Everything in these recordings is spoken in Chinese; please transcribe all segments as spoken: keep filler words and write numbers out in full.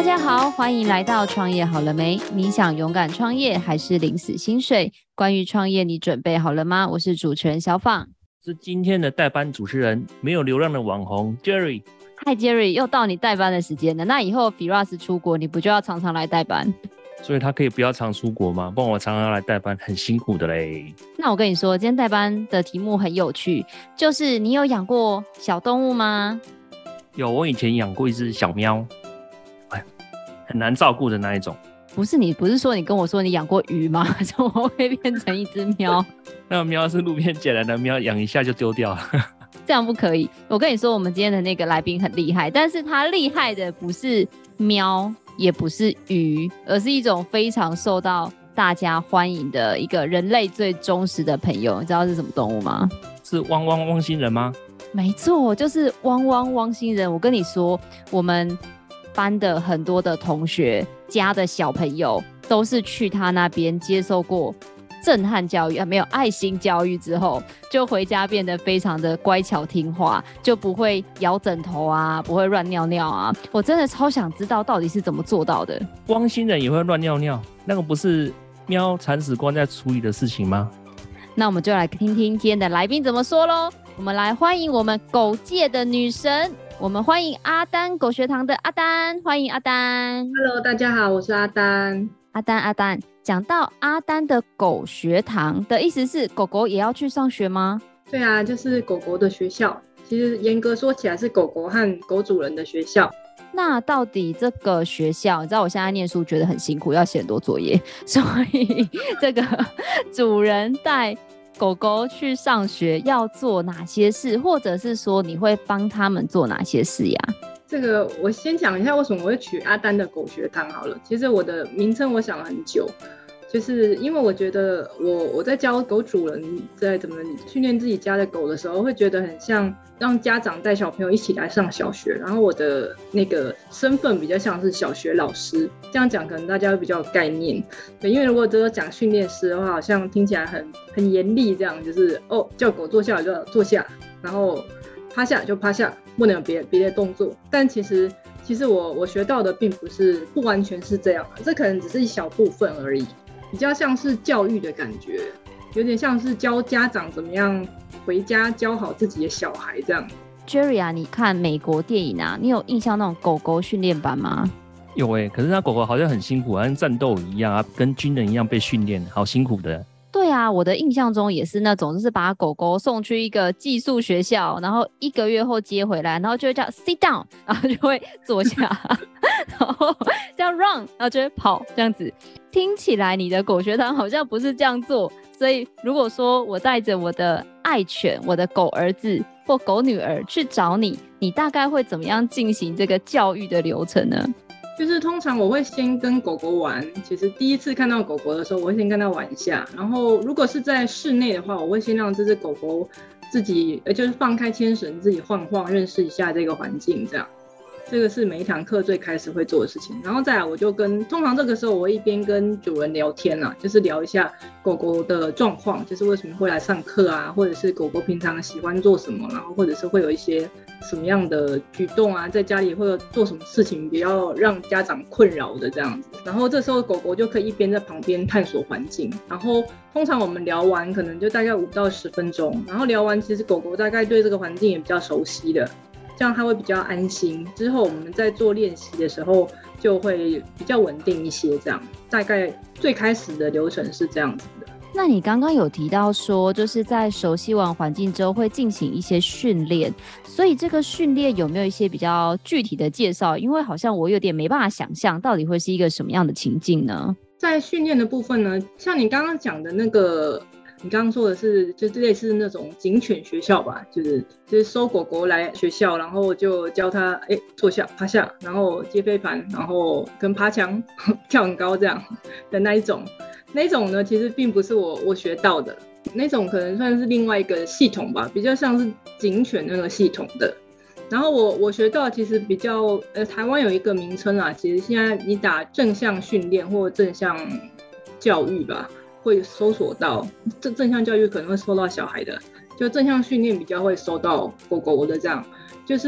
家好，欢迎来到创业好了没？你想勇敢创业还是领死薪水？关于创业你准备好了吗？我是主持人小访， 是今天的代班主持人，没有流量的网红 Jerry。 嗨 Jerry， 又到你代班的时间了，那以后 Firas 出国你不就要常常来代班？ 所以他可以不要常出国吗？不然我常常要来代班，很辛苦的嘞。 那我跟你说，今天代班的题目很有趣，就是你有养过小动物吗？ 有，我以前养过一只小喵，很难照顾的那一种。 不是，你不是说你跟我说你养过鱼吗？怎么会变成一只喵？ 那个喵是路边捡来的喵，养一下就丢掉了。 这样不可以。我跟你说，我们今天的那个来宾很厉害，但是他厉害的不是喵，也不是鱼，而是一种非常受到大家欢迎的一个人类最忠实的朋友。你知道是什么动物吗？ 是汪汪汪星人吗？ 没错，就是汪汪汪星人。我跟你说，我们班的很多的同学家的小朋友都是去他那边接受过震撼教育，没有爱心教育之后，就回家变得非常的乖巧听话，就不会咬枕头啊，不会乱尿尿啊。我真的超想知道到底是怎么做到的。 汪星人也会乱尿尿？那个不是喵铲屎官在处理的事情吗？ 那我们就来听听今天的来宾怎么说咯。我们来欢迎我们狗界的女神，我们欢迎阿丹狗学堂的阿丹，欢迎阿丹。 Hello， 大家好，我是阿丹。 阿丹阿丹，讲到阿丹的狗学堂的意思是狗狗也要去上学吗？ 对啊，就是狗狗的学校，其实严格说起来是狗狗和狗主人的学校。 那到底这个学校，你知道我现在念书觉得很辛苦，要写很多作业，所以这个主人带狗狗去上学要做哪些事，或者是说你会帮他们做哪些事呀？ 这个我先讲一下为什么我会取阿丹的狗学堂好了。其实我的名称我想了很久，就是因为我觉得我我在教狗主人在怎么训练自己家的狗的时候，会觉得很像让家长带小朋友一起来上小学，然后我的那个身份比较像是小学老师。这样讲可能大家会比较有概念。对，因为如果只有讲训练师的话，好像听起来很很严厉，这样就是哦叫狗坐下就要坐下，然后趴下就趴下，不能有别别的动作。但其实其实我我学到的并不是不完全是这样，这可能只是一小部分而已，比较像是教育的感觉，有点像是教家长怎么样回家教好自己的小孩这样。 Jerry 啊，你看美国电影啊，你有印象那种狗狗训练班吗？ 有欸，可是那狗狗好像很辛苦，好像战斗一样啊，跟军人一样被训练，好辛苦的。 对啊，我的印象中也是那种，就是把狗狗送去一个寄宿学校，然后一个月后接回来，然后就会叫 sit down， 然后就会坐下，然后叫 run， 然后就会跑，这样子。听起来你的狗学堂好像不是这样做，所以如果说我带着我的爱犬，我的狗儿子或狗女儿去找你，你大概会怎么样进行这个教育的流程呢？ 就是通常我会先跟狗狗玩，其实第一次看到狗狗的时候，我会先跟它玩一下，然后如果是在室内的话，我会先让这只狗狗自己就是放开牵绳，自己晃晃，认识一下这个环境，这样。这个是每一堂课最开始会做的事情。然后再来我就跟，通常这个时候我会一边跟主人聊天啊，就是聊一下狗狗的状况，就是为什么会来上课啊，或者是狗狗平常喜欢做什么，然后或者是会有一些什么样的举动啊，在家里会有做什么事情比较让家长困扰的这样子。然后这时候狗狗就可以一边在旁边探索环境，然后通常我们聊完可能就大概五到十分钟，然后聊完其实狗狗大概对这个环境也比较熟悉的，这样它会比较安心，之后我们在做练习的时候就会比较稳定一些，这样大概最开始的流程是这样子的。 那你刚刚有提到说，就是在熟悉完环境之后会进行一些训练，所以这个训练有没有一些比较具体的介绍？因为好像我有点没办法想象到底会是一个什么样的情境呢？ 在训练的部分呢，像你刚刚讲的那个，你刚刚说的是就是类似那种警犬学校吧，就是就是收狗狗来学校，然后就教它哎坐下趴下，然后接飞盘，然后跟爬墙跳很高这样的那一种。那一种呢，其实并不是我我学到的，那种可能算是另外一个系统吧，比较像是警犬那个系统的。然后我我学到其实比较呃，台湾有一个名称啊，其实现在你打正向训练或正向教育吧，会搜索到正正向教育可能会搜到小孩的，就正向训练比较会搜到狗狗的这样，就是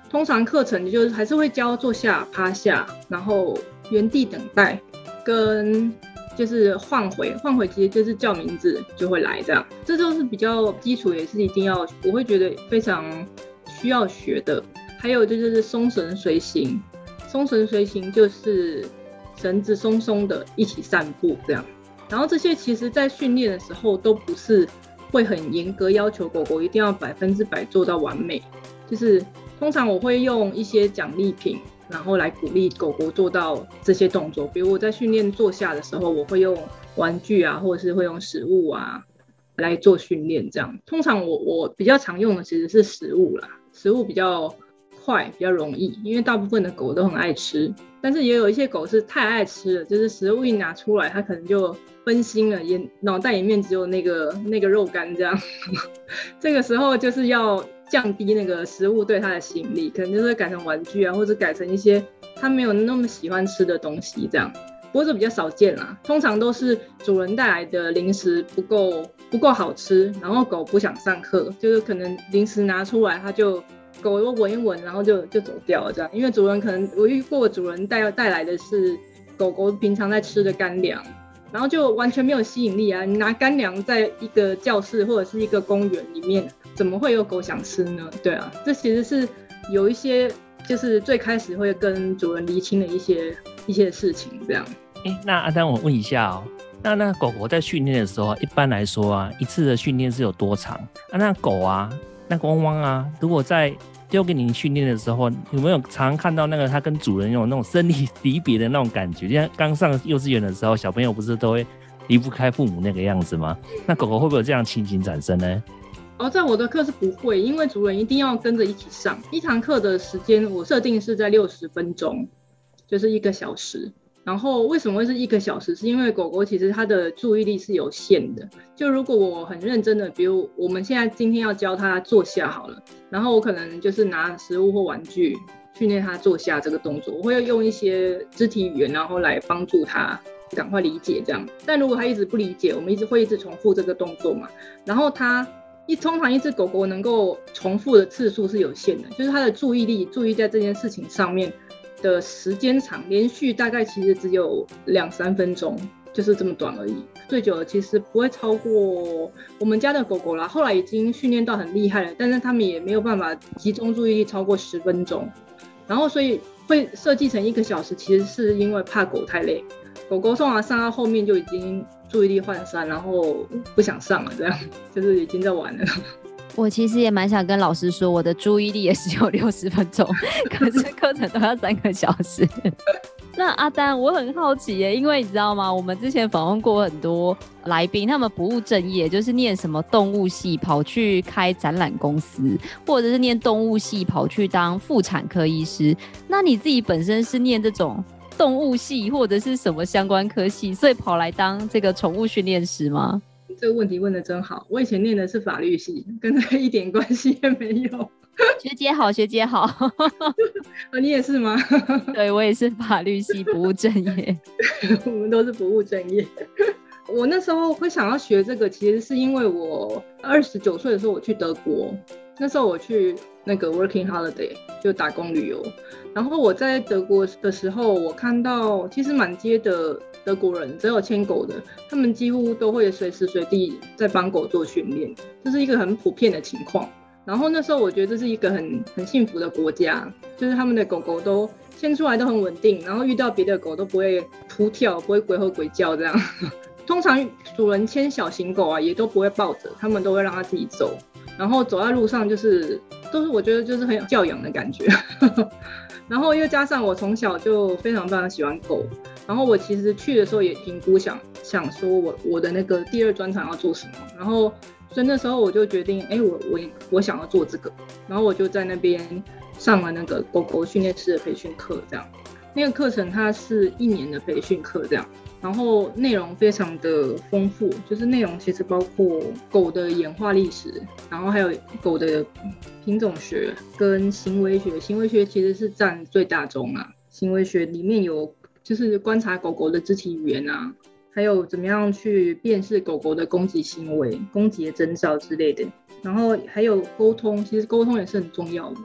通常课程就是还是会教坐下、趴下，然后原地等待，跟就是换回，换回其实就是叫名字就会来这样，这都是比较基础，也是一定要，我会觉得非常需要学的。还有就是松绳随行，松绳随行就是绳子松松的一起散步这样。然后这些其实在训练的时候都不是会很严格要求狗狗一定要百分之百做到完美，就是通常我会用一些奖励品，然后来鼓励狗狗做到这些动作。比如我在训练坐下的时候，我会用玩具啊，或者是会用食物啊来做训练这样。通常我我比较常用的其实是食物啦，食物比较快，比较容易，因为大部分的狗都很爱吃，但是也有一些狗是太爱吃了，就是食物一拿出来，它可能就分心了，也脑袋里面只有那个那个肉干这样。这个时候就是要降低那个食物对它的吸引力，可能就是改成玩具啊，或者改成一些它没有那么喜欢吃的东西这样。不过这比较少见啦，通常都是主人带来的零食不够不够好吃，然后狗不想上课，就是可能零食拿出来，它就狗闻一闻，然后就就走掉了这样。因为主人可能我遇过主人带带来的是狗狗平常在吃的干粮，然后就完全没有吸引力啊！你拿干粮在一个教室或者是一个公园里面，怎么会有狗想吃呢？对啊，这其实是有一些就是最开始会跟主人厘清的一些一些事情这样。 欸、那阿丹我问一下哦，那那狗狗在训练的时候，一般来说啊，一次的训练是有多长？啊，那狗啊，那个汪汪啊，如果在丢给你训练的时候，有没有常常看到那个它跟主人有那种生离离别的那种感觉？像刚上幼稚园的时候，小朋友不是都会离不开父母那个样子吗？那狗狗会不会有这样情形产生呢？ 哦，在我的课是不会，因为主人一定要跟着一起上。一堂课的时间我设定是在六十分钟，就是一个小时。然后为什么会是一个小时？是因为狗狗其实它的注意力是有限的。就如果我很认真的，比如我们现在今天要教它坐下好了，然后我可能就是拿食物或玩具训练它坐下这个动作，我会用一些肢体语言，然后来帮助它赶快理解这样。但如果它一直不理解，我们一直会一直重复这个动作嘛，然后它一通常一只狗狗能够重复的次数是有限的，就是它的注意力注意在这件事情上面的时间长，连续大概其实只有两三分钟，就是这么短而已。最久的其实不会超过我们家的狗狗啦，后来已经训练到很厉害了，但是他们也没有办法集中注意力超过十分钟。然后所以会设计成一个小时，其实是因为怕狗太累，狗狗通常上到后面就已经注意力涣散，然后不想上了，这样就是已经在玩了。 我其实也蛮想跟老师说，我的注意力也只有六十分钟，可是课程都要三个小时。那阿丹，我很好奇耶，因为你知道吗？我们之前访问过很多来宾，他们不务正业，就是念什么动物系跑去开展览公司，或者是念动物系跑去当妇产科医师。那你自己本身是念这种动物系或者是什么相关科系，所以跑来当这个宠物训练师吗？ 这个问题问得真好，我以前念的是法律系，跟这个一点关系也没有。 学姐好，学姐好。 啊，你也是吗？ 对，我也是法律系，不务正业。 我们都是不务正业。我那时候会想要学这个，其实是因为我二十九岁的时候我去德国，那时候我去那个 working holiday 就打工旅游，然后我在德国的时候，我看到其实满街的德国人，只有牵狗的，他们几乎都会随时随地在帮狗做训练，这是一个很普遍的情况。然后那时候我觉得这是一个很很幸福的国家，就是他们的狗狗都牵出来都很稳定，然后遇到别的狗都不会扑跳，不会鬼吼鬼叫这样。通常主人牵小型狗啊，也都不会抱着，他们都会让它自己走，然后走在路上就是都是我觉得就是很有教养的感觉。然后又加上我从小就非常非常喜欢狗，然后我其实去的时候也评估想想说我我的那个第二专长要做什么，然后所以那时候我就决定，哎，我我我想要做这个，然后我就在那边上了那个狗狗训练师的培训课，这样。那个课程它是一年的培训课这样，然后内容非常的丰富，就是内容其实包括狗的演化历史，然后还有狗的品种学跟行为学，行为学其实是占最大宗啊。行为学里面有就是观察狗狗的肢体语言啊，还有怎么样去辨识狗狗的攻击行为、攻击的征兆之类的，然后还有沟通，其实沟通也是很重要的。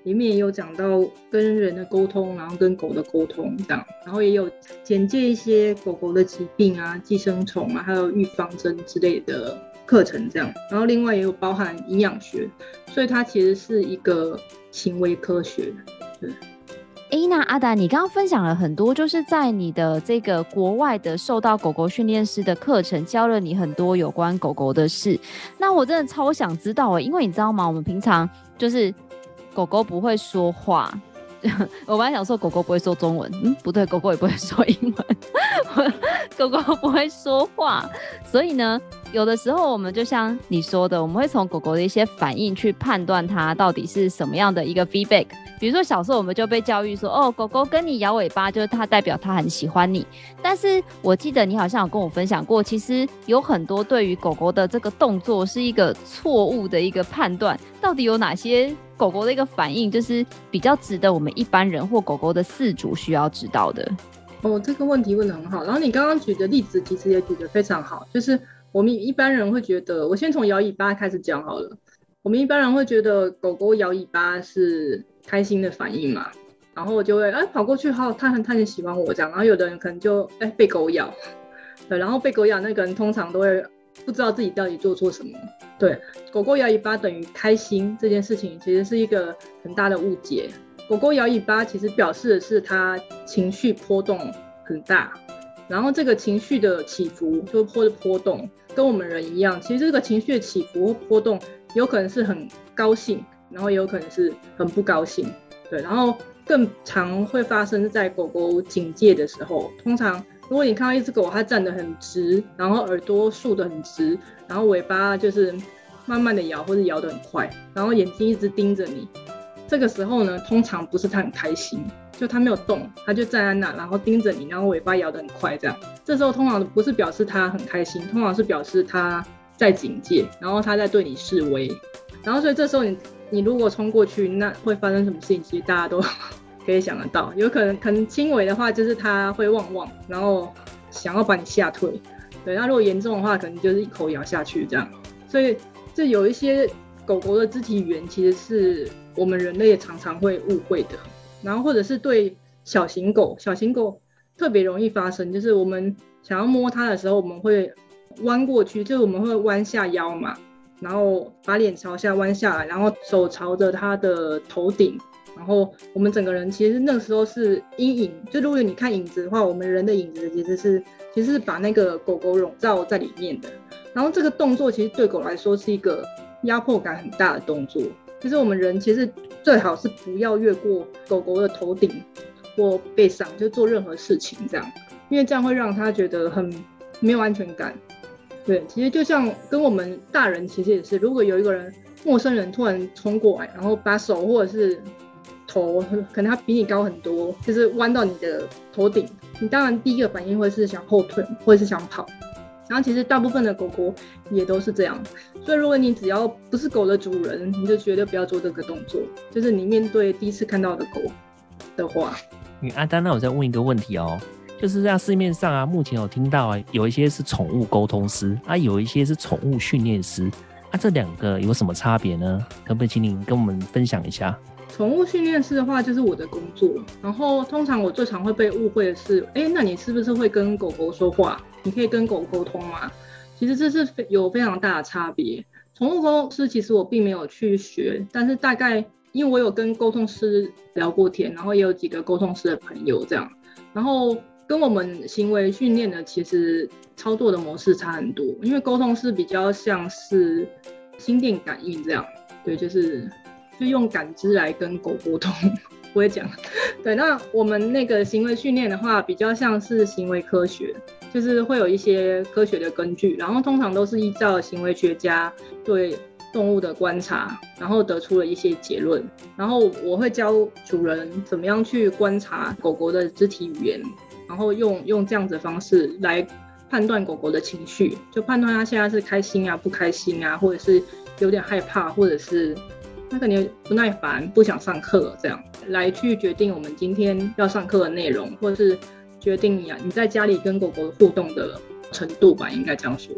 里面也有讲到跟人的沟通，然后跟狗的沟通这样，然后也有简介一些狗狗的疾病啊、寄生虫啊，还有预防针之类的课程这样，然后另外也有包含营养学，所以它其实是一个行为科学。对。 哎，那阿达，你刚刚分享了很多，就是在你的这个国外的受到狗狗训练师的课程，教了你很多有关狗狗的事。那我真的超想知道哎，因为你知道吗？我们平常就是狗狗不会说话，我本来想说狗狗不会说中文，嗯，不对，狗狗也不会说英文，狗狗不会说话，所以呢，有的时候我们就像你说的，我们会从狗狗的一些反应去判断它到底是什么样的一个 feedback。比如说小时候我们就被教育说，哦，狗狗跟你摇尾巴，就是它代表它很喜欢你。但是我记得你好像有跟我分享过，其实有很多对于狗狗的这个动作是一个错误的一个判断，到底有哪些狗狗的一个反应，就是比较值得我们一般人或狗狗的饲主需要知道的。 哦，这个问题问得很好。然后你刚刚举的例子其实也举得非常好，就是我们一般人会觉得，我先从摇尾巴开始讲好了。我们一般人会觉得狗狗摇尾巴是开心的反应嘛，然后就会哎跑过去，好，它很它很喜欢我这样。然后有的人可能就哎被狗咬，对，然后被狗咬那个人通常都会不知道自己到底做错什么。对，狗狗摇尾巴等于开心这件事情，其实是一个很大的误解。狗狗摇尾巴其实表示的是它情绪波动很大，然后这个情绪的起伏就或者波动，跟我们人一样，其实这个情绪的起伏或波动有可能是很高兴，然后也有可能是很不高兴。对，然后更常会发生在狗狗警戒的时候。通常如果你看到一只狗它站得很直，然后耳朵竖得很直，然后尾巴就是慢慢的摇或者摇得很快，然后眼睛一直盯着你，这个时候呢，通常不是它很开心，就它没有动，它就站在那，然后盯着你，然后尾巴摇得很快这样。这时候通常不是表示它很开心，通常是表示它在警戒，然后它在对你示威。然后所以这时候你你如果冲过去，那会发生什么事情？其实大家都可以想得到，有可能可能轻微的话就是它会汪汪，然后想要把你吓退。对，那如果严重的话，可能就是一口咬下去这样。所以这有一些狗狗的肢体语言，其实是我们人类也常常会误会的。然后或者是对小型狗，小型狗特别容易发生，就是我们想要摸它的时候，我们会弯过去，就是我们会弯下腰嘛，然后把脸朝下弯下来，然后手朝着它的头顶，然后我们整个人其实那个时候是阴影，就如果你看影子的话，我们人的影子其实是其实是把那个狗狗笼罩在里面的。然后这个动作其实对狗来说是一个压迫感很大的动作，就是我们人其实最好是不要越过狗狗的头顶或背上就做任何事情这样，因为这样会让它觉得很没有安全感。对，其实就像跟我们大人其实也是，如果有一个人陌生人突然冲过来，然后把手或者是头，可能他比你高很多，就是弯到你的头顶，你当然第一个反应会是想后退或者是想跑。然后其实大部分的狗狗也都是这样，所以如果你只要不是狗的主人，你就绝对不要做这个动作，就是你面对第一次看到的狗的话。 你阿丹，那我再问一个问题哦，就是在市面上啊，目前有听到啊，有一些是宠物沟通师啊，有一些是宠物训练师啊，这两个有什么差别呢？可不可以请你跟我们分享一下？ 宠物训练师的话就是我的工作，然后通常我最常会被误会的是，哎，那你是不是会跟狗狗说话？你可以跟狗沟通吗？其实这是有非常大的差别。宠物沟通师其实我并没有去学，但是大概因为我有跟沟通师聊过天，然后也有几个沟通师的朋友这样，然后跟我们行为训练的其实操作的模式差很多，因为沟通师比较像是心电感应这样，对，就是就用感知来跟狗沟通，不会讲。对，那我们那个行为训练的话，比较像是行为科学，就是会有一些科学的根据，然后通常都是依照行为学家对动物的观察，然后得出了一些结论。然后我会教主人怎么样去观察狗狗的肢体语言，然后用用这样子的方式来判断狗狗的情绪，就判断它现在是开心啊、不开心啊，或者是有点害怕，或者是它可能不耐烦、不想上课，这样来去决定我们今天要上课的内容，或者是决定你啊你在家里跟狗狗互动的程度吧，应该这样说。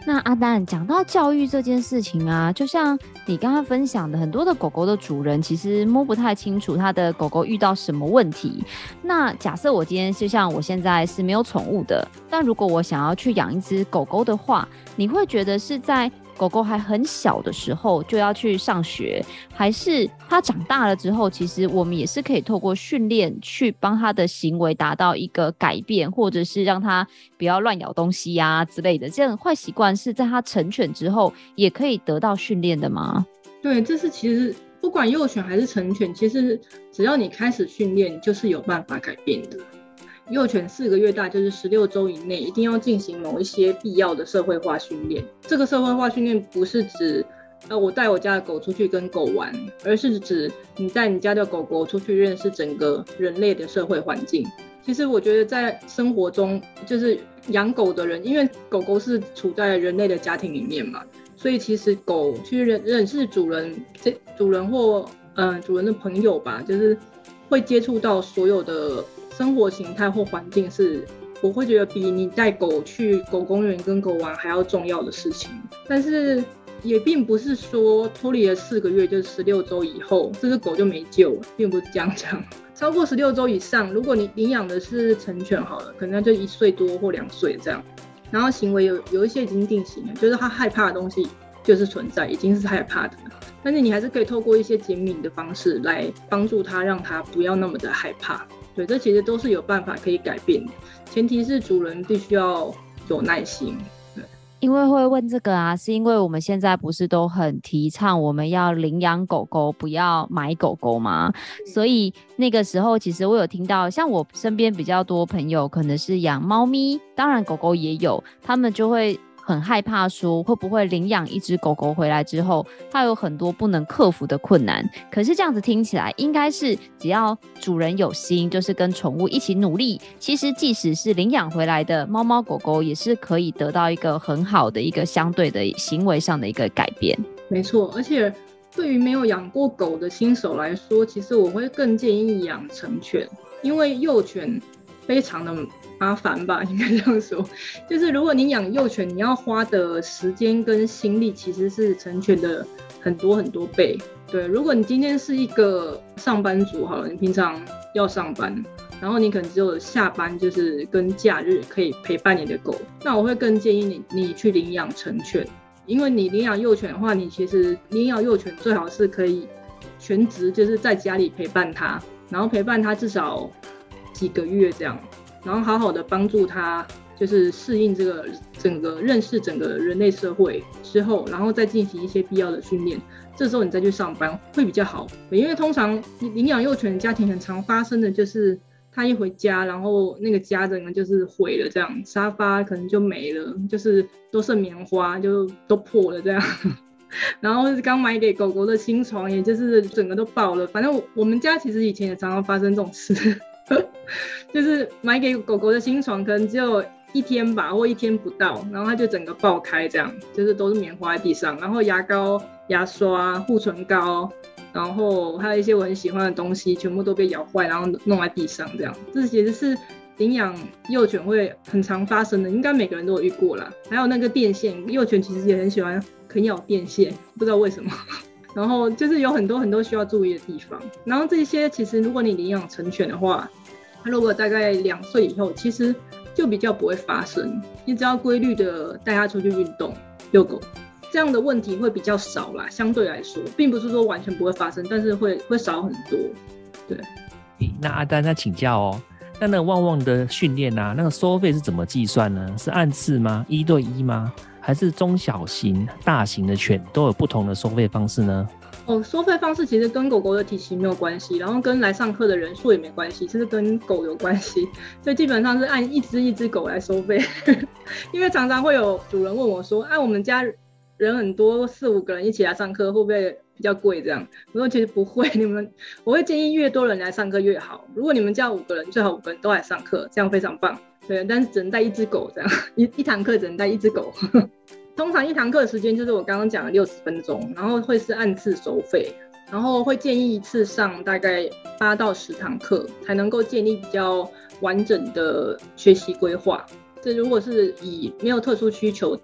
那阿丹讲到教育这件事情啊，就像你刚刚分享的，很多的狗狗的主人其实摸不太清楚他的狗狗遇到什么问题。那假设我今天就像我现在是没有宠物的，但如果我想要去养一只狗狗的话，你会觉得是在狗狗还很小的时候就要去上学，还是它长大了之后，其实我们也是可以透过训练去帮它的行为达到一个改变，或者是让它不要乱咬东西啊之类的，这样坏习惯是在它成犬之后也可以得到训练的吗？ 对，这是其实不管幼犬还是成犬，其实只要你开始训练，就是有办法改变的。幼犬四个月大，就是十六周以内，一定要进行某一些必要的社会化训练。这个社会化训练不是指，呃，我带我家的狗出去跟狗玩，而是指你带你家的狗狗出去认识整个人类的社会环境。其实我觉得在生活中，就是养狗的人，因为狗狗是处在人类的家庭里面嘛，所以其实狗去认认识主人，这主人或嗯、呃、主人的朋友吧，就是会接触到所有的生活形态或环境，是我会觉得比你带狗去狗公园跟狗玩还要重要的事情。但是也并不是说脱离了四个月就是十六周以后这只狗就没救了，并不是这样讲。超过十六周以上，如果你领养的是成犬好了，可能就一岁多或两岁这样，然后行为有有一些已经定型了，就是它害怕的东西就是存在，已经是害怕的，但是你还是可以透过一些减敏的方式来帮助它，让它不要那么的害怕。对，这其实都是有办法可以改变的，前提是主人必须要有耐心。 因为会问这个啊，是因为我们现在不是都很提倡我们要领养狗狗，不要买狗狗吗？所以那个时候其实我有听到，像我身边比较多朋友可能是养猫咪，当然狗狗也有，他们就会很害怕说会不会领养一只狗狗回来之后它有很多不能克服的困难。可是这样子听起来应该是只要主人有心，就是跟宠物一起努力，其实即使是领养回来的猫猫狗狗也是可以得到一个很好的一个相对的行为上的一个改变。 没错，而且对于没有养过狗的新手来说，其实我会更建议养成犬，因为幼犬非常的麻烦吧，应该这样说，就是如果你养幼犬，你要花的时间跟心力其实是成犬的很多很多倍。对，如果你今天是一个上班族好了，你平常要上班，然后你可能只有下班就是跟假日可以陪伴你的狗，那我会更建议你你去领养成犬，因为你领养幼犬的话，你其实领养幼犬最好是可以全职，就是在家里陪伴它，然后陪伴它至少几个月这样，然后好好的帮助他，就是适应这个整个认识整个人类社会之后，然后再进行一些必要的训练，这时候你再去上班会比较好。因为通常领养幼犬的家庭很常发生的就是他一回家，然后那个家整个就是毁了这样，沙发可能就没了，就是都是棉花就都破了这样然后刚买给狗狗的新床也就是整个都爆了，反正我们家其实以前也常常发生这种事就是买给狗狗的新床可能只有一天吧，或一天不到，然后它就整个爆开这样，就是都是棉花在地上，然后牙膏、牙刷、护唇膏，然后还有一些我很喜欢的东西全部都被咬坏，然后弄在地上这样。这其实是领养幼犬会很常发生的，应该每个人都有遇过啦。还有那个电线，幼犬其实也很喜欢啃咬电线，不知道为什么然后就是有很多很多需要注意的地方，然后这些其实如果你领养成犬的话，它如果大概两岁以后其实就比较不会发生，你只要规律的带它出去运动遛狗，这样的问题会比较少啦，相对来说并不是说完全不会发生，但是会会少很多。对， 那阿丹那请教哦，那那个旺旺的训练啊，那个收费是怎么计算呢？是按次吗？一对一吗？还是中小型、大型的犬都有不同的收费方式呢？ 哦，收费方式其实跟狗狗的体型没有关系，然后跟来上课的人数也没关系，其实跟狗有关系，所以基本上是按一只一只狗来收费因为常常会有主人问我说，哎、啊，我们家人很多，四五个人一起来上课会不会比较贵这样？我说其实不会，你们我会建议越多人来上课越好，如果你们家五个人，最好五个人都来上课，这样非常棒。对，但是只能带一只狗这样，一一堂课只能带一只狗通常一堂课的时间就是我刚刚讲的六十分钟，然后会是按次收费，然后会建议一次上大概八到十堂课，才能够建立比较完整的学习规划。这如果是以没有特殊需求的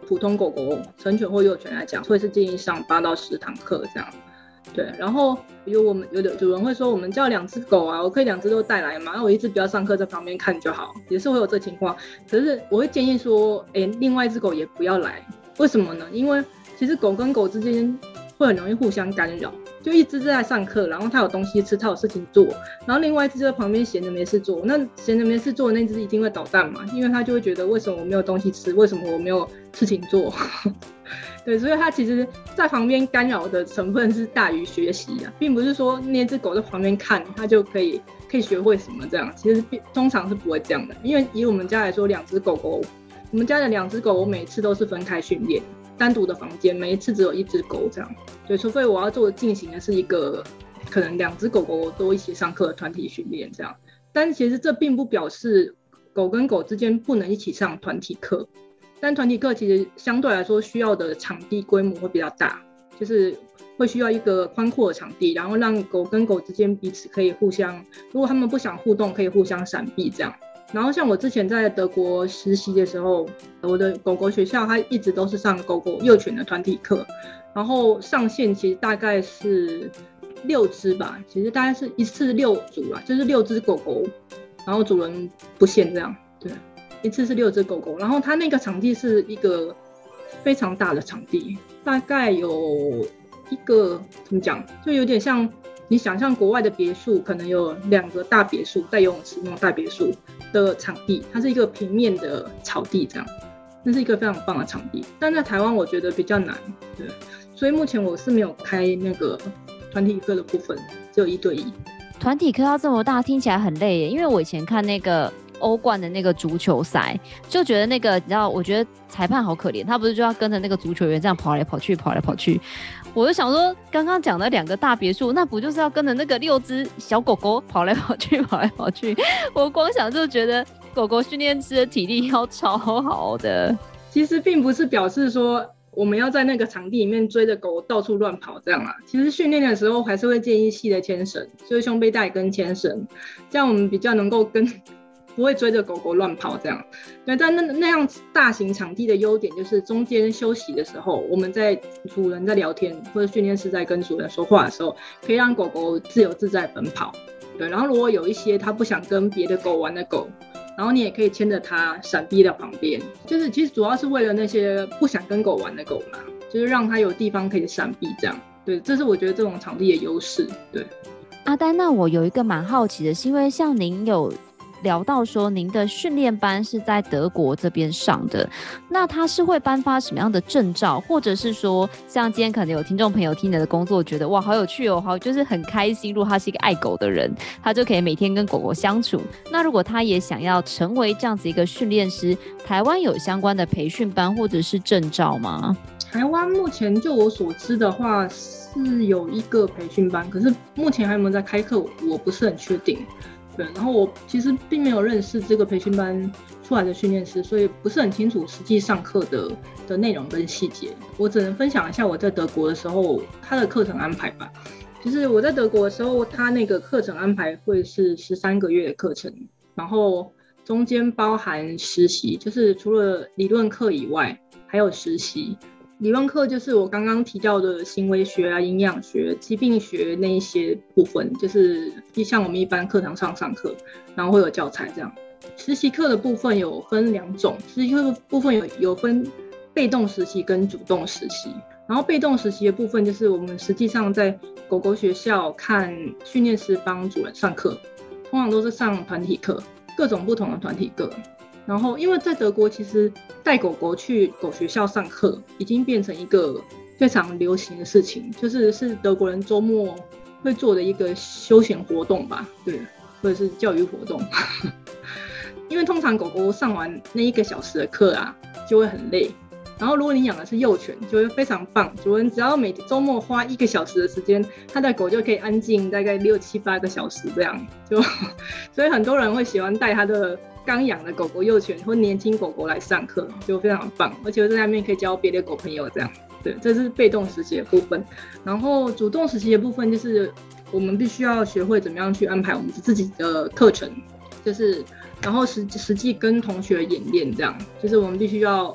普通狗狗成犬或幼犬来讲，会是建议上八到十堂课这样。对，然后有我们有的有人会说，我们叫两只狗啊，我可以两只都带来嘛，那我一只不要上课，在旁边看就好，也是会有这情况。可是我会建议说，哎，另外一只狗也不要来，为什么呢？因为其实狗跟狗之间会很容易互相干扰，就一只在上课，然后它有东西吃，它有事情做，然后另外一只就在旁边闲着没事做，那闲着没事做的那只一定会捣蛋嘛，因为它就会觉得为什么我没有东西吃，为什么我没有事情做。对，所以它其实在旁边干扰的成分是大于学习啊，并不是说那只狗在旁边看它就可以可以学会什么这样，其实通常是不会这样的。因为以我们家来说，两只狗狗，我们家的两只狗，我每次都是分开训练，单独的房间，每一次只有一只狗这样。对，除非我要做进行的是一个可能两只狗狗都一起上课的团体训练这样，但其实这并不表示狗跟狗之间不能一起上团体课。但团体课其实相对来说需要的场地规模会比较大，就是会需要一个宽阔的场地，然后让狗跟狗之间彼此可以互相，如果他们不想互动，可以互相闪避这样。然后像我之前在德国实习的时候，我的狗狗学校它一直都是上狗狗幼犬的团体课，然后上限其实大概是六只吧，其实大概是一次六组啦，就是六只狗狗，然后主人不限这样，对。一次是六只狗狗，然后它那个场地是一个非常大的场地，大概有一个怎么讲，就有点像你想象国外的别墅，可能有两个大别墅带游泳池那种大别墅的场地，它是一个平面的草地这样，那是一个非常棒的场地。但在台湾我觉得比较难，对，所以目前我是没有开那个团体课的部分，只有一对一。 团体课要这么大，听起来很累耶，因为我以前看那个欧冠的那个足球赛，就觉得那个你知道，我觉得裁判好可怜，他不是就要跟着那个足球员这样跑来跑去跑来跑去，我就想说刚刚讲的两个大别墅，那不就是要跟着那个六只小狗狗跑来跑去跑来跑去，我光想就觉得狗狗训练师的体力要超好的。 其实并不是表示说我们要在那个场地里面追着狗到处乱跑这样啦，其实训练的时候还是会建议系的牵绳，就是胸背带跟牵绳，这样我们比较能够跟不会追着狗狗乱跑这样。对，但那那样大型场地的优点就是中间休息的时候，我们在主人在聊天或者训练师在跟主人说话的时候，可以让狗狗自由自在奔跑。对，然后如果有一些它不想跟别的狗玩的狗，然后你也可以牵着它闪避到旁边，就是其实主要是为了那些不想跟狗玩的狗嘛，就是让它有地方可以闪避这样。对，这是我觉得这种场地的优势。对， 阿丹，那我有一个蛮好奇的是，因为像您有聊到说您的训练班是在德国这边上的，那他是会颁发什么样的证照，或者是说像今天可能有听众朋友听你的工作觉得哇好有趣哦，好就是很开心，如果他是一个爱狗的人，他就可以每天跟狗狗相处，那如果他也想要成为这样子一个训练师，台湾有相关的培训班或者是证照吗？ 台湾目前就我所知的话是有一个培训班，可是目前还有没有在开课我不是很确定。对，然后我其实并没有认识这个培训班出来的训练师，所以不是很清楚实际上课的的内容跟细节。我只能分享一下我在德国的时候他的课程安排吧。就是我在德国的时候，他那个课程安排会是十三个月的课程，然后中间包含实习，就是除了理论课以外还有实习。理论课就是我刚刚提到的行为学啊、营养学、疾病学那一些部分，就是像我们一般课堂上上课，然后会有教材这样。实习课的部分有分两种，实习课的部分有有分被动实习跟主动实习。然后被动实习的部分就是我们实际上在狗狗学校看训练师帮主人上课，通常都是上团体课，各种不同的团体课。然后因为在德国其实带狗狗去狗学校上课已经变成一个非常流行的事情，就是是德国人周末会做的一个休闲活动吧，对，或者是教育活动。因为通常狗狗上完那一个小时的课啊就会很累，然后如果你养的是幼犬就会非常棒，主人只要每周末花一个小时的时间，他的狗就可以安静大概六七八个小时这样，就所以很多人会喜欢带他的刚养的狗狗、幼犬或年轻狗狗来上课，就非常棒，而且在那边可以交别的狗朋友这样。对，这是被动实习的部分。然后主动实习的部分就是我们必须要学会怎么样去安排我们自己的课程，就是然后实实际跟同学演练这样，就是我们必须要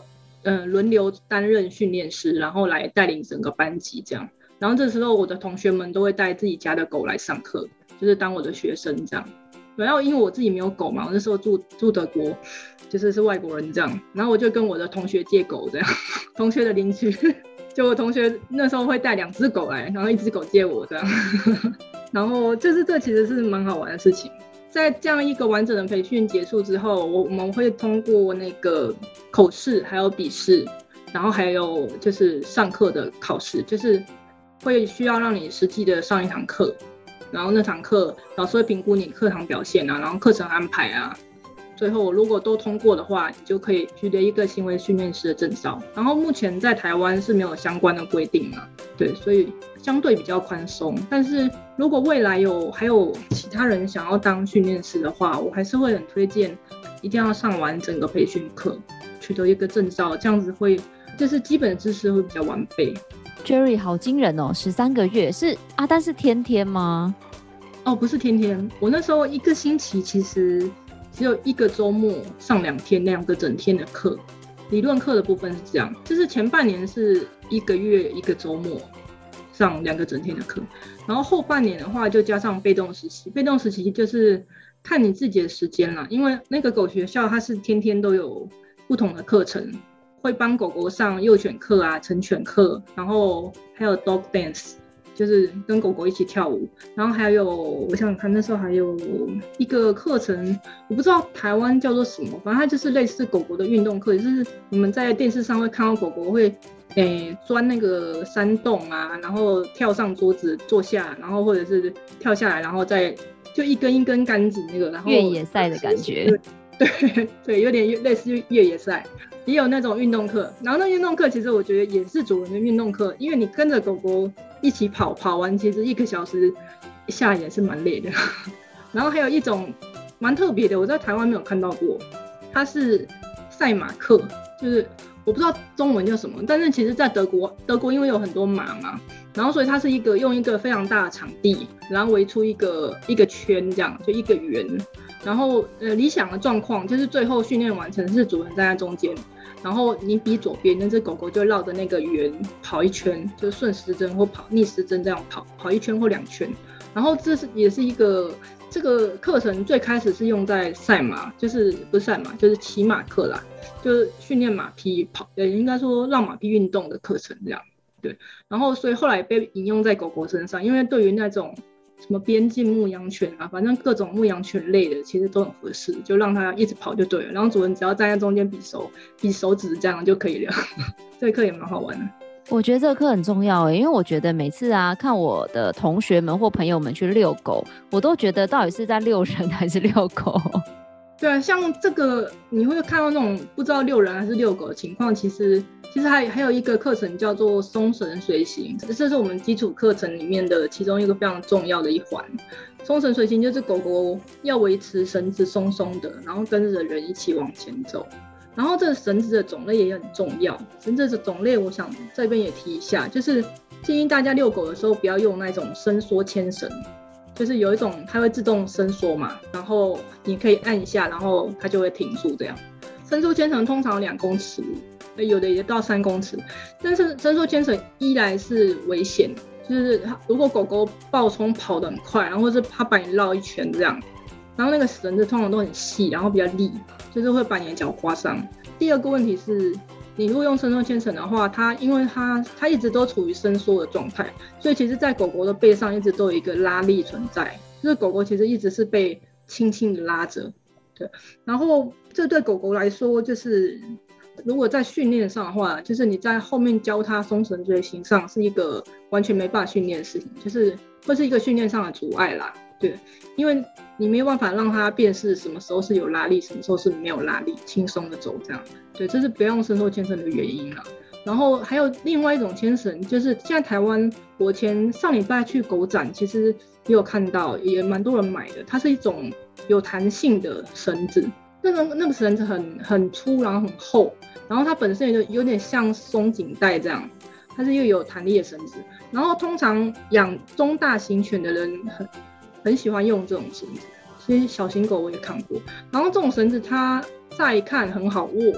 呃轮流担任训练师，然后来带领整个班级这样。然后这时候我的同学们都会带自己家的狗来上课，就是当我的学生这样。然后因为我自己没有狗嘛，我那时候住住德国，就是是外国人这样，然后我就跟我的同学借狗这样，同学的邻居，就我同学那时候会带两只狗来，然后一只狗借我这样，然后就是这其实是蛮好玩的事情。在这样一个完整的培训结束之后，我我们会通过那个口试，还有笔试，然后还有就是上课的考试，就是会需要让你实际的上一堂课。然后那堂课老师会评估你课堂表现啊，然后课程安排啊，最后如果都通过的话，你就可以取得一个行为训练师的证照。然后目前在台湾是没有相关的规定嘛，对，所以相对比较宽松。但是如果未来有还有其他人想要当训练师的话，我还是会很推荐一定要上完整个培训课，取得一个证照，这样子会就是基本知识会比较完备。 Jerry 好惊人哦，十三个月是啊，但是天天吗？ 哦，不是天天，我那时候一个星期其实只有一个周末上两天，两个整天的课。理论课的部分是这样，就是前半年是一个月一个周末上两个整天的课，然后后半年的话就加上被动实习。被动实习就是看你自己的时间啦，因为那个狗学校它是天天都有不同的课程。会帮狗狗上幼犬课啊、成犬课，然后还有 dog dance， 就是跟狗狗一起跳舞，然后还有我想想看，那时候还有一个课程，我不知道台湾叫做什么，反正它就是类似狗狗的运动课，就是你们在电视上会看到狗狗会诶钻那个山洞啊，然后跳上桌子坐下，然后或者是跳下来，然后再就一根一根杆子那个，然后越野赛的感觉， 对对，有点类似越野赛。也有那种运动课，然后那运动课其实我觉得也是主人的运动课，因为你跟着狗狗一起跑，跑完其实一个小时下也是蛮累的。然后还有一种蛮特别的，我在台湾没有看到过，它是赛马课，就是我不知道中文叫什么，但是其实在德国，德国因为有很多马嘛，然后所以它是一个用一个非常大的场地，然后围出一个一个圈，这样就一个圆。然后呃，理想的状况就是最后训练完成是主人站在中间，然后你比左边，那只狗狗就绕着那个圆跑一圈，就是顺时针或跑逆时针这样跑，跑一圈或两圈。然后这是也是一个这个课程最开始是用在赛马，就是不是赛马，就是骑马课啦，就是训练马匹跑，呃，应该说让马匹运动的课程这样。对，然后所以后来被引用在狗狗身上，因为对于那种什么边境牧羊犬啊，反正各种牧羊犬类的其实都很合适，就让它一直跑就对了，然后主人只要站在中间比手比手指这样就可以了。这个课也蛮好玩的。 我觉得这个课很重要耶，因为我觉得每次啊看我的同学们或朋友们去遛狗，我都觉得到底是在遛人还是遛狗。 对啊，像这个你会看到那种不知道遛人还是遛狗的情况，其实其实还还有一个课程叫做松绳随行，这是我们基础课程里面的其中一个非常重要的一环。松绳随行就是狗狗要维持绳子松松的，然后跟着人一起往前走。然后这个绳子的种类也很重要，绳子的种类我想这边也提一下，就是建议大家遛狗的时候不要用那种伸缩牵绳，就是有一种它会自动伸缩嘛，然后你可以按一下，然后它就会停住这样。伸缩牵绳通常两公尺，有的也到三公尺，但是伸缩牵绳一来是危险，就是如果狗狗暴冲跑得很快，然后是它把你绕一圈这样，然后那个绳子通常都很细，然后比较利，就是会把你的脚刮伤。第二个问题是，你如果用伸缩牵绳的话，它因为它它一直都处于伸缩的状态，所以其实在狗狗的背上一直都有一个拉力存在，就是狗狗其实一直是被轻轻的拉着。对，然后这对狗狗来说，就是如果在训练上的话，就是你在后面教它松绳随行上是一个完全没办法训练的事情，就是会是一个训练上的阻碍啦。对，因为你没有办法让它辨识什么时候是有拉力，什么时候是没有拉力，轻松的走这样。对，这是不用伸缩牵绳的原因啦。然后还有另外一种牵绳，就是现在台湾，我前上礼拜去狗展，其实也有看到，也蛮多人买的。它是一种有弹性的绳子，那个那个绳子很很粗，然后很厚，然后它本身也有点像松紧带这样，它是一个有弹力的绳子。然后通常养中大型犬的人很很喜欢用这种绳子，其实小型狗我也看过。然后这种绳子它乍一看很好握，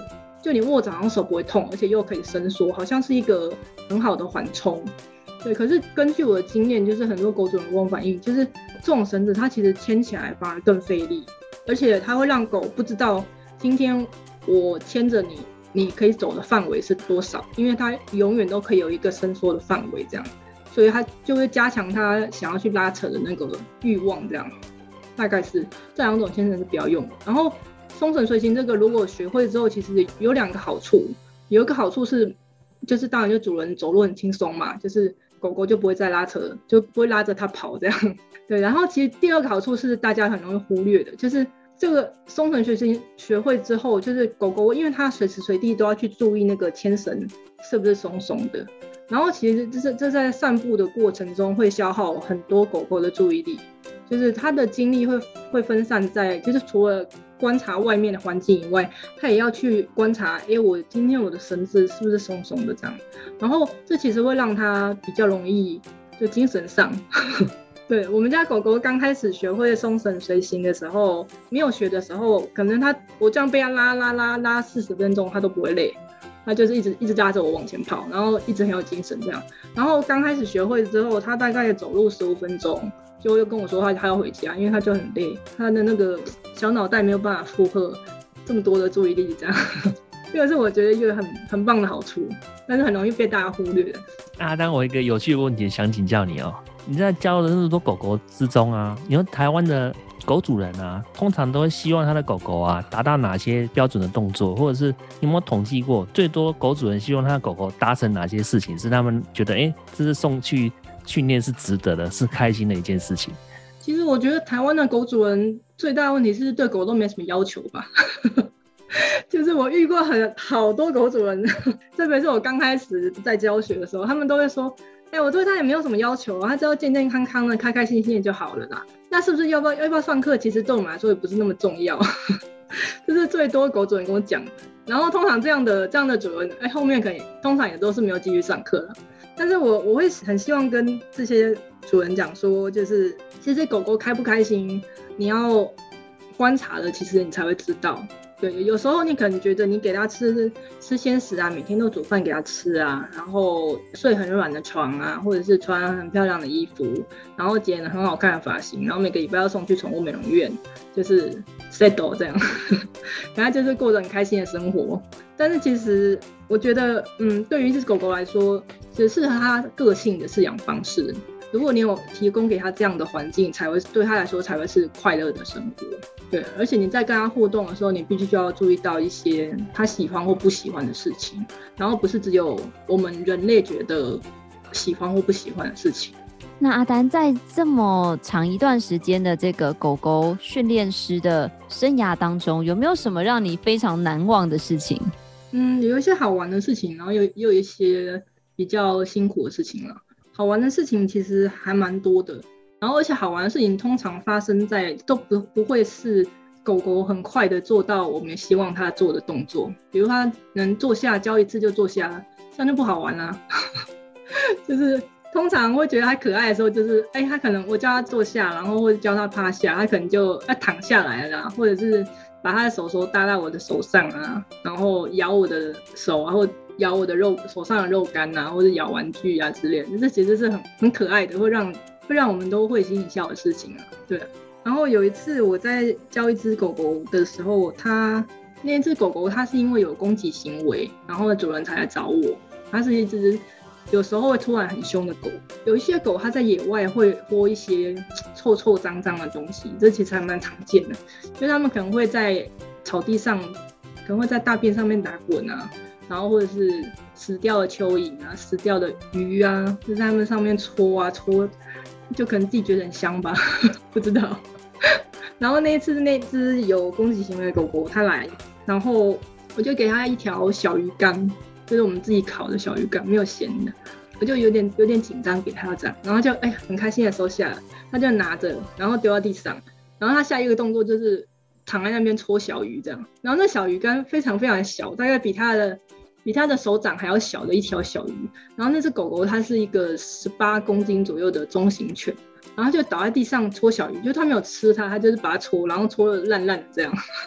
就你握着好像手不会痛，而且又可以伸缩，好像是一个很好的缓冲。对，可是根据我的经验，就是很多狗主人跟我反映，就是这种绳子它其实牵起来反而更费力，而且它会让狗不知道今天我牵着你，你可以走的范围是多少，因为它永远都可以有一个伸缩的范围这样，所以它就会加强它想要去拉扯的那个欲望这样。大概是这两种牵绳是不要用的。然后松绳随行这个如果学会之后，其实有两个好处，有一个好处是就是当然就主人走路很轻松嘛，就是狗狗就不会再拉扯，就不会拉着它跑这样。对，然后其实第二个好处是大家很容易忽略的，就是这个松绳学习学会之后，就是狗狗因为它随时随地都要去注意那个牵绳是不是松松的，然后其实这这在散步的过程中会消耗很多狗狗的注意力，就是它的精力会会分散在，就是除了观察外面的环境以外，它也要去观察，哎，我今天我的绳子是不是松松的这样，然后这其实会让它比较容易就精神上。对，我们家狗狗刚开始学会松绳随行的时候，没有学的时候，可能它我这样被它拉拉拉拉四十分钟，它都不会累，它就是一直一直拉着我往前跑，然后一直很有精神这样。然后刚开始学会之后，它大概走路十五分钟，就又跟我说他他要回家，因为他就很累，他的那个小脑袋没有办法负荷这么多的注意力这样。这个是我觉得一个很很棒的好处，但是很容易被大家忽略的。 阿丹，我一个有趣的问题想请教你哦，你在教的那么多狗狗之中啊，你说台湾的狗主人啊，通常都会希望他的狗狗啊达到哪些标准的动作，或者是你有没有统计过，最多狗主人希望他的狗狗达成哪些事情，是他们觉得哎，这是送去训练是值得的，是开心的一件事情？ 其实我觉得台湾的狗主人最大的问题是对狗都没什么要求吧。就是我遇过很好多狗主人，特别是我刚开始在教学的时候，他们都会说，哎、欸，我对他也没有什么要求，他只要健健康康的、开开心心的就好了啦。那是不是要不要要不要上课？其实对我们来说也不是那么重要。这是最多狗主人跟我讲的。然后通常这样的这样的主人，哎、欸，后面可以通常也都是没有继续上课了。但是我我会很希望跟这些主人讲说，就是其实狗狗开不开心，你要观察了，其实你才会知道。对，有时候你可能觉得你给它吃吃鲜食啊，每天都煮饭给它吃啊，然后睡很软的床啊，或者是穿很漂亮的衣服，然后剪很好看的发型，然后每个礼拜要送去宠物美容院，就是 settle 这样，然后就是过着很开心的生活。但是其实我觉得，嗯，对于一只狗狗来说，只适合它个性的饲养方式。如果你有提供给它这样的环境，才会对它来说才会是快乐的生活。对，而且你在跟它互动的时候，你必须就要注意到一些它喜欢或不喜欢的事情，然后不是只有我们人类觉得喜欢或不喜欢的事情。 那阿丹在这么长一段时间的这个狗狗训练师的生涯当中，有没有什么让你非常难忘的事情？ 嗯，有一些好玩的事情，然后 有, 也有一些比较辛苦的事情了。好玩的事情其实还蛮多的，然后而且好玩的事情通常发生在都 不, 不会是狗狗很快的做到我们希望它做的动作，比如它能坐下教一次就坐下，这样就不好玩啦。就是通常会觉得它可爱的时候，就是哎，它可能我叫它坐下，然后或者教它趴下，它可能就要躺下来了啦，或者是把它的手手搭在我的手上啊，然后咬我的手啊，或咬我的肉手上的肉干啊，或者咬玩具啊之类的，这其实是很很可爱的，会让会让我们都会心一笑的事情啊。对。然后有一次我在教一只狗狗的时候，它那只狗狗它是因为有攻击行为，然后主人才来找我。它是一只有时候会突然很凶的狗，有一些狗它在野外会窝一些臭臭脏脏的东西，这其实还蛮常见的，因为它们可能会在草地上，可能会在大便上面打滚啊。然后或者是死掉的蚯蚓啊，死掉的鱼啊，就在它们上面搓啊搓，就可能自己觉得很香吧，不知道。然后那一次那只有攻击行为的狗狗它来，然后我就给它一条小鱼干，就是我们自己烤的小鱼干，没有咸的。我就有点有点紧张给它这样，然后就哎很开心的收下来，它就拿着，然后丢到地上，然后它下一个动作就是躺在那边搓小鱼这样，然后那小鱼干非常非常小，大概比它的比它的手掌还要小的一条小鱼，然后那只狗狗它是一个十八公斤左右的中型犬，然后就倒在地上搓小鱼，就它没有吃它，它就是把它搓，然后搓得烂烂的这样，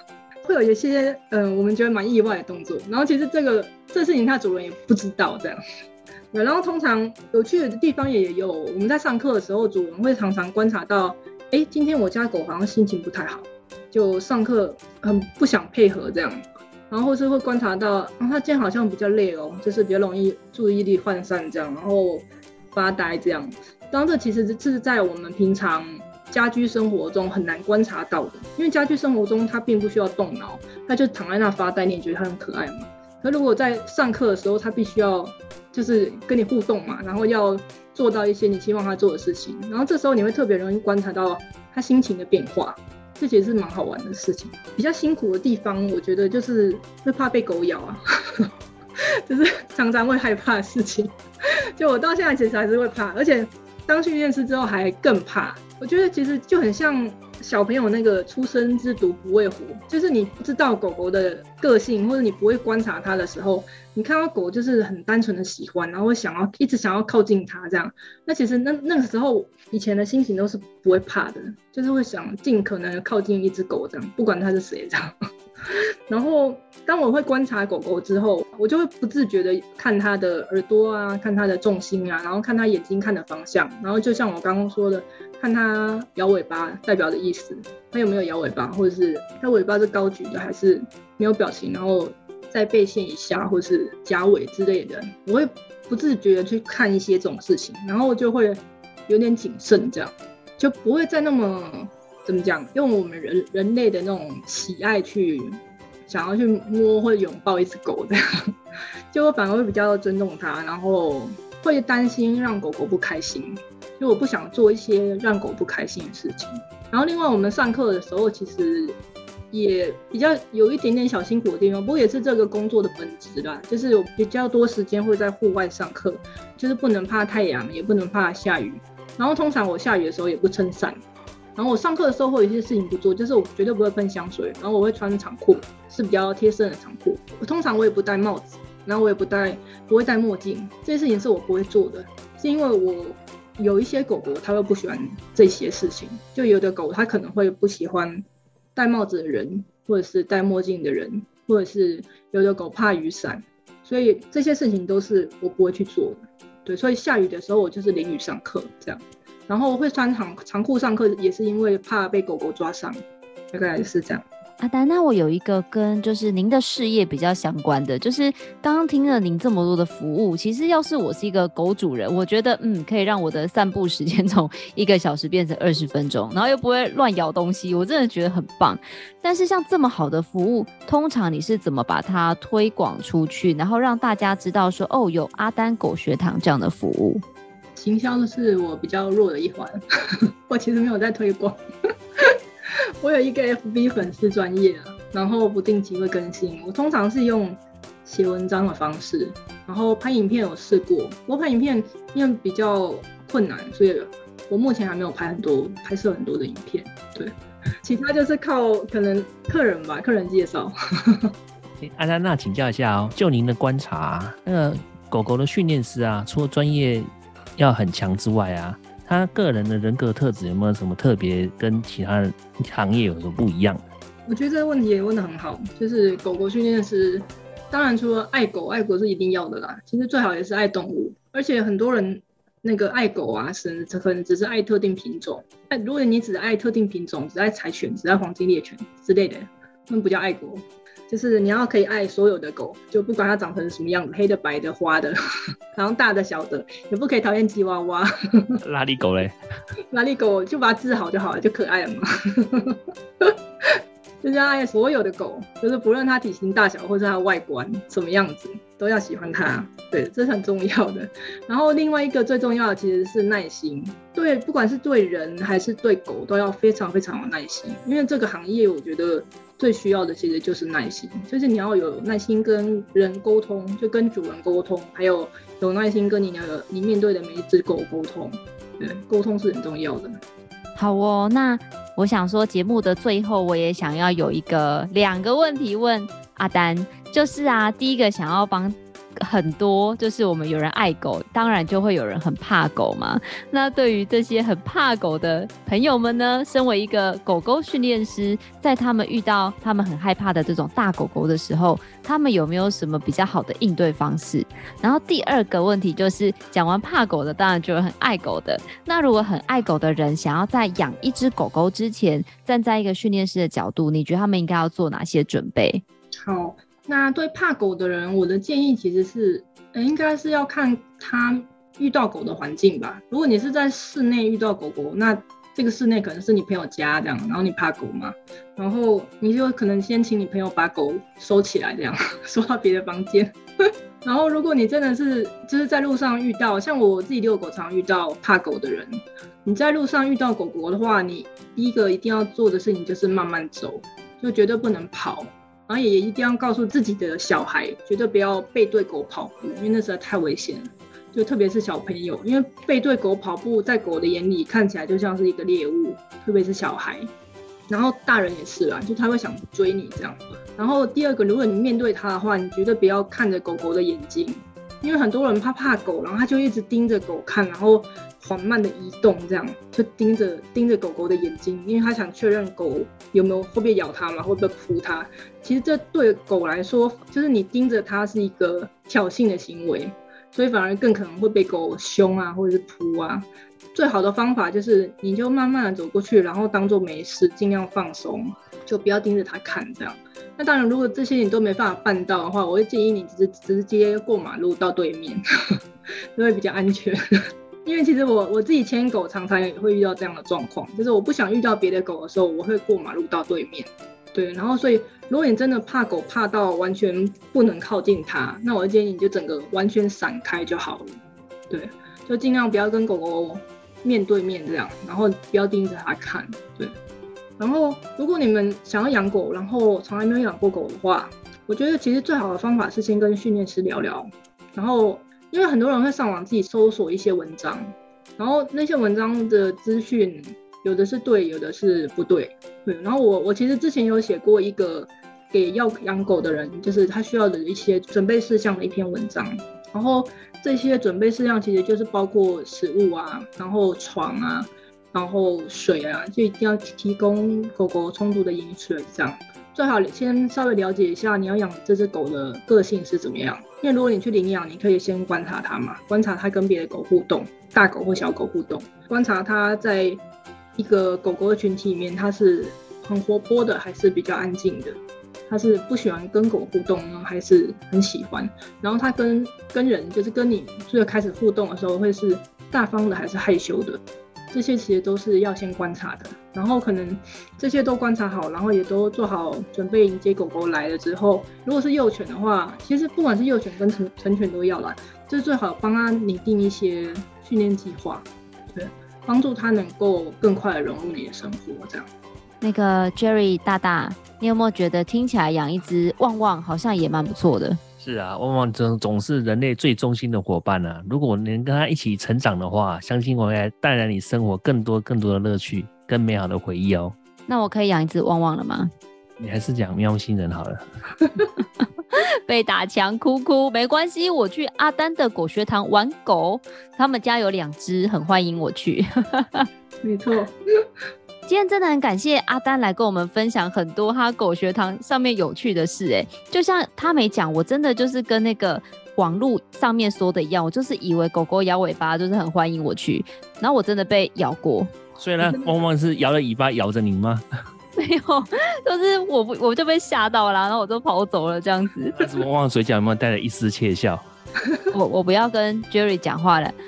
会有一些呃我们觉得蛮意外的动作，然后其实这个这事情他主人也不知道这样。对，然后通常有趣的地方也有，我们在上课的时候，主人会常常观察到，哎，今天我家狗好像心情不太好，就上课很不想配合这样，然后或是会观察到，啊，他今天好像比较累哦，就是比较容易注意力涣散这样，然后发呆这样。当然这其实是在我们平常家居生活中很难观察到的，因为家居生活中它并不需要动脑，它就躺在那发呆，你也觉得它很可爱嘛。可如果在上课的时候，它必须要就是跟你互动嘛，然后要做到一些你希望它做的事情，然后这时候你会特别容易观察到它心情的变化，这其实是蛮好玩的事情。比较辛苦的地方，我觉得就是会怕被狗咬啊，就是常常会害怕的事情。就我到现在其实还是会怕，而且当训练师之后还更怕。我觉得其实就很像小朋友那个初生之犊不畏虎，就是你不知道狗狗的个性，或者你不会观察它的时候，你看到狗就是很单纯的喜欢，然后会想要一直想要靠近它这样。那其实那那个时候以前的心情都是不会怕的，就是会想尽可能靠近一只狗这样，不管它是谁这样。然后当我会观察狗狗之后，我就会不自觉的看它的耳朵啊，看它的重心啊，然后看它眼睛看的方向，然后就像我刚刚说的，看它摇尾巴代表的意思，它有没有摇尾巴，或者是它尾巴是高举的还是没有表情，然后在背线以下或是夹尾之类的，我会不自觉的去看一些这种事情，然后就会有点谨慎，这样就不会再那么怎么讲，用我们人人类的那种喜爱去想要去摸或者拥抱一只狗这样，就我反而会比较尊重它，然后会担心让狗狗不开心，就我不想做一些让狗不开心的事情。然后另外我们上课的时候其实也比较有一点点小辛苦的地方，不过也是这个工作的本质啦，就是有比较多时间会在户外上课，就是不能怕太阳，也不能怕下雨，然后通常我下雨的时候也不撑伞，然后我上课的时候会有一些事情不做，就是我绝对不会喷香水，然后我会穿长裤，是比较贴身的长裤，我通常我也不戴帽子，然后我也不戴不会戴墨镜，这些事情是我不会做的，是因为我有一些狗狗它会不喜欢这些事情，就有的狗它可能会不喜欢戴帽子的人，或者是戴墨镜的人，或者是有的狗怕雨伞，所以这些事情都是我不会去做的。对，所以下雨的时候我就是淋雨上课这样，然后会穿长长裤上课也是因为怕被狗狗抓伤，大概是这样。 阿丹，那我有一个跟就是您的事业比较相关的，就是刚刚听了您这么多的服务，其实要是我是一个狗主人，我觉得嗯可以让我的散步时间从一个小时变成二十分钟，然后又不会乱咬东西，我真的觉得很棒。但是像这么好的服务，通常你是怎么把它推广出去，然后让大家知道说哦有阿丹狗学堂这样的服务？ 行销是我比较弱的一环，我其实没有在推广。我有一个 F B 粉丝专页啊，然后不定期会更新。我通常是用写文章的方式，然后拍影片有试过，不过拍影片因为比较困难，所以我目前还没有拍很多拍摄很多的影片。对，其他就是靠可能客人吧，客人介绍。 阿丹娜，请教一下哦，就您的观察啊，那个狗狗的训练师啊，除了专业要很强之外啊，他个人的人格特质有没有什么特别跟其他行业有什么不一样？ 我觉得这个问题也问得很好，就是狗狗训练师，当然除了爱狗，爱狗是一定要的啦，其实最好也是爱动物，而且很多人那个爱狗啊，是可能只是爱特定品种，如果你只爱特定品种，只爱柴犬，只爱黄金猎犬之类的，那不叫爱狗。就是你要可以爱所有的狗，就不管它长成什么样子，黑的、白的、花的，然后大的、小的，也不可以讨厌吉娃娃。 拉力狗嘞？ 拉力狗就把它治好就好了，就可爱了嘛。就是要爱所有的狗，就是不论它体型大小或者它的外观什么样子，都要喜欢它。对，这是很重要的。然后另外一个最重要的其实是耐心，对，不管是对人还是对狗，都要非常非常有耐心。因为这个行业，我觉得最需要的其实就是耐心，就是你要有耐心跟人沟通，就跟主人沟通，还有有耐心跟你的你面对的每一只狗沟通。对，沟通是很重要的。 好哦，那我想说节目的最后我也想要有一个两个问题问阿丹，就是啊第一个想要帮很多，就是我们有人爱狗，当然就会有人很怕狗嘛。那对于这些很怕狗的朋友们呢，身为一个狗狗训练师，在他们遇到他们很害怕的这种大狗狗的时候，他们有没有什么比较好的应对方式？然后第二个问题就是讲完怕狗的，当然就有很爱狗的。那如果很爱狗的人想要在养一只狗狗之前，站在一个训练师的角度，你觉得他们应该要做哪些准备？ 好，那对怕狗的人，我的建议其实是，呃、应该是要看他遇到狗的环境吧。如果你是在室内遇到狗狗，那这个室内可能是你朋友家这样，然后你怕狗嘛，然后你就可能先请你朋友把狗收起来，这样收到别的房间。然后如果你真的是就是在路上遇到，像我自己遛狗常遇到怕狗的人，你在路上遇到狗狗的话，你第一个一定要做的事情就是慢慢走，就绝对不能跑。然后也一定要告诉自己的小孩，绝对不要背对狗跑步，因为那实在太危险了。就特别是小朋友，因为背对狗跑步，在狗的眼里看起来就像是一个猎物，特别是小孩。然后大人也是啦，就他会想追你这样。然后第二个，如果你面对他的话，你绝对不要看着狗狗的眼睛，因为很多人怕怕狗，然后他就一直盯着狗看，然后缓慢的移动，这样就盯着盯着狗狗的眼睛，因为他想确认狗有没有会不会咬它嘛，会不会扑它。其实这对狗来说，就是你盯着它是一个挑衅的行为，所以反而更可能会被狗凶啊，或者是扑啊。最好的方法就是你就慢慢的走过去，然后当作没事，尽量放松，就不要盯着它看这样。那当然如果这些你都没办法办到的话，我会建议你直直接过马路到对面就会比较安全。因为其实我我自己牵狗常常也会遇到这样的状况，就是我不想遇到别的狗的时候，我会过马路到对面。对，然后所以如果你真的怕狗怕到完全不能靠近它，那我会建议你就整个完全闪开就好了。对，就尽量不要跟狗狗面对面这样，然后不要盯着它看。对，然后如果你们想要养狗，然后从来没有养过狗的话，我觉得其实最好的方法是先跟训练师聊聊，然后因为很多人会上网自己搜索一些文章，然后那些文章的资讯有的是对，有的是不对。对，然后我我其实之前有写过一个给要养狗的人，就是他需要的一些准备事项的一篇文章，然后这些准备事项其实就是包括食物啊，然后床啊，然后水啊，就一定要提供狗狗充足的饮水，这样最好先稍微了解一下你要养这只狗的个性是怎么样。因为如果你去领养，你可以先观察它嘛，观察它跟别的狗互动，大狗或小狗互动，观察它在一个狗狗的群体里面，它是很活泼的还是比较安静的，它是不喜欢跟狗互动呢还是很喜欢，然后它跟跟人就是跟你最开始互动的时候会是大方的还是害羞的，这些其实都是要先观察的。然后可能这些都观察好，然后也都做好准备迎接狗狗来了之后，如果是幼犬的话，其实不管是幼犬跟成成犬都要来，就是最好帮它拟定一些训练计划，对，帮助它能够更快的融入你的生活这样。 那个 Jerry 大大，你有没有觉得听起来养一只旺旺好像也蛮不错的？ 是啊，旺旺总总是人类最忠心的伙伴啊！如果能跟他一起成长的话，相信我会带来你生活更多更多的乐趣跟美好的回忆哦。 那我可以养一只旺旺了吗？ 你还是讲喵星人好了。 被打墙哭哭没关系，我去阿丹的狗学堂玩狗，他们家有两只，很欢迎我去。 没错。 今天真的很感谢阿丹来跟我们分享很多他狗学堂上面有趣的事，哎，就像他没讲，我真的就是跟那个网路上面说的一样，我就是以为狗狗摇尾巴就是很欢迎我去，然后我真的被咬过。 所以呢，旺旺是摇了尾巴咬着你吗？ 没有，就是我不我就被吓到了，然后我就跑走了这样子。 但是旺旺嘴角有没有带着一丝窃笑？ 我我不要跟 Jerry 讲话了。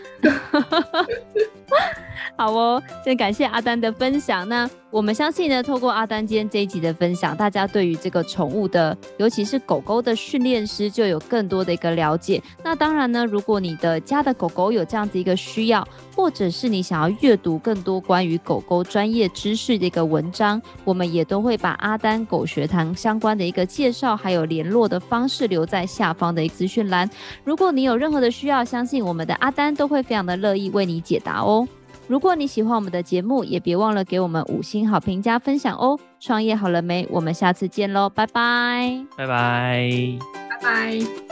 好哦，先感谢阿丹的分享。那我们相信呢，透过阿丹今天这一集的分享，大家对于这个宠物的，尤其是狗狗的训练师，就有更多的一个了解。那当然呢，如果你的家的狗狗有这样子一个需要，或者是你想要阅读更多关于狗狗专业知识的一个文章，我们也都会把阿丹狗学堂相关的一个介绍，还有联络的方式留在下方的一个资讯栏。如果你有任何的需要，相信我们的阿丹都会非常的乐意为你解答哦。如果你喜欢我们的节目，也别忘了给我们五星好评加分享哦。创业好了没？我们下次见喽，拜拜， 拜拜， 拜拜。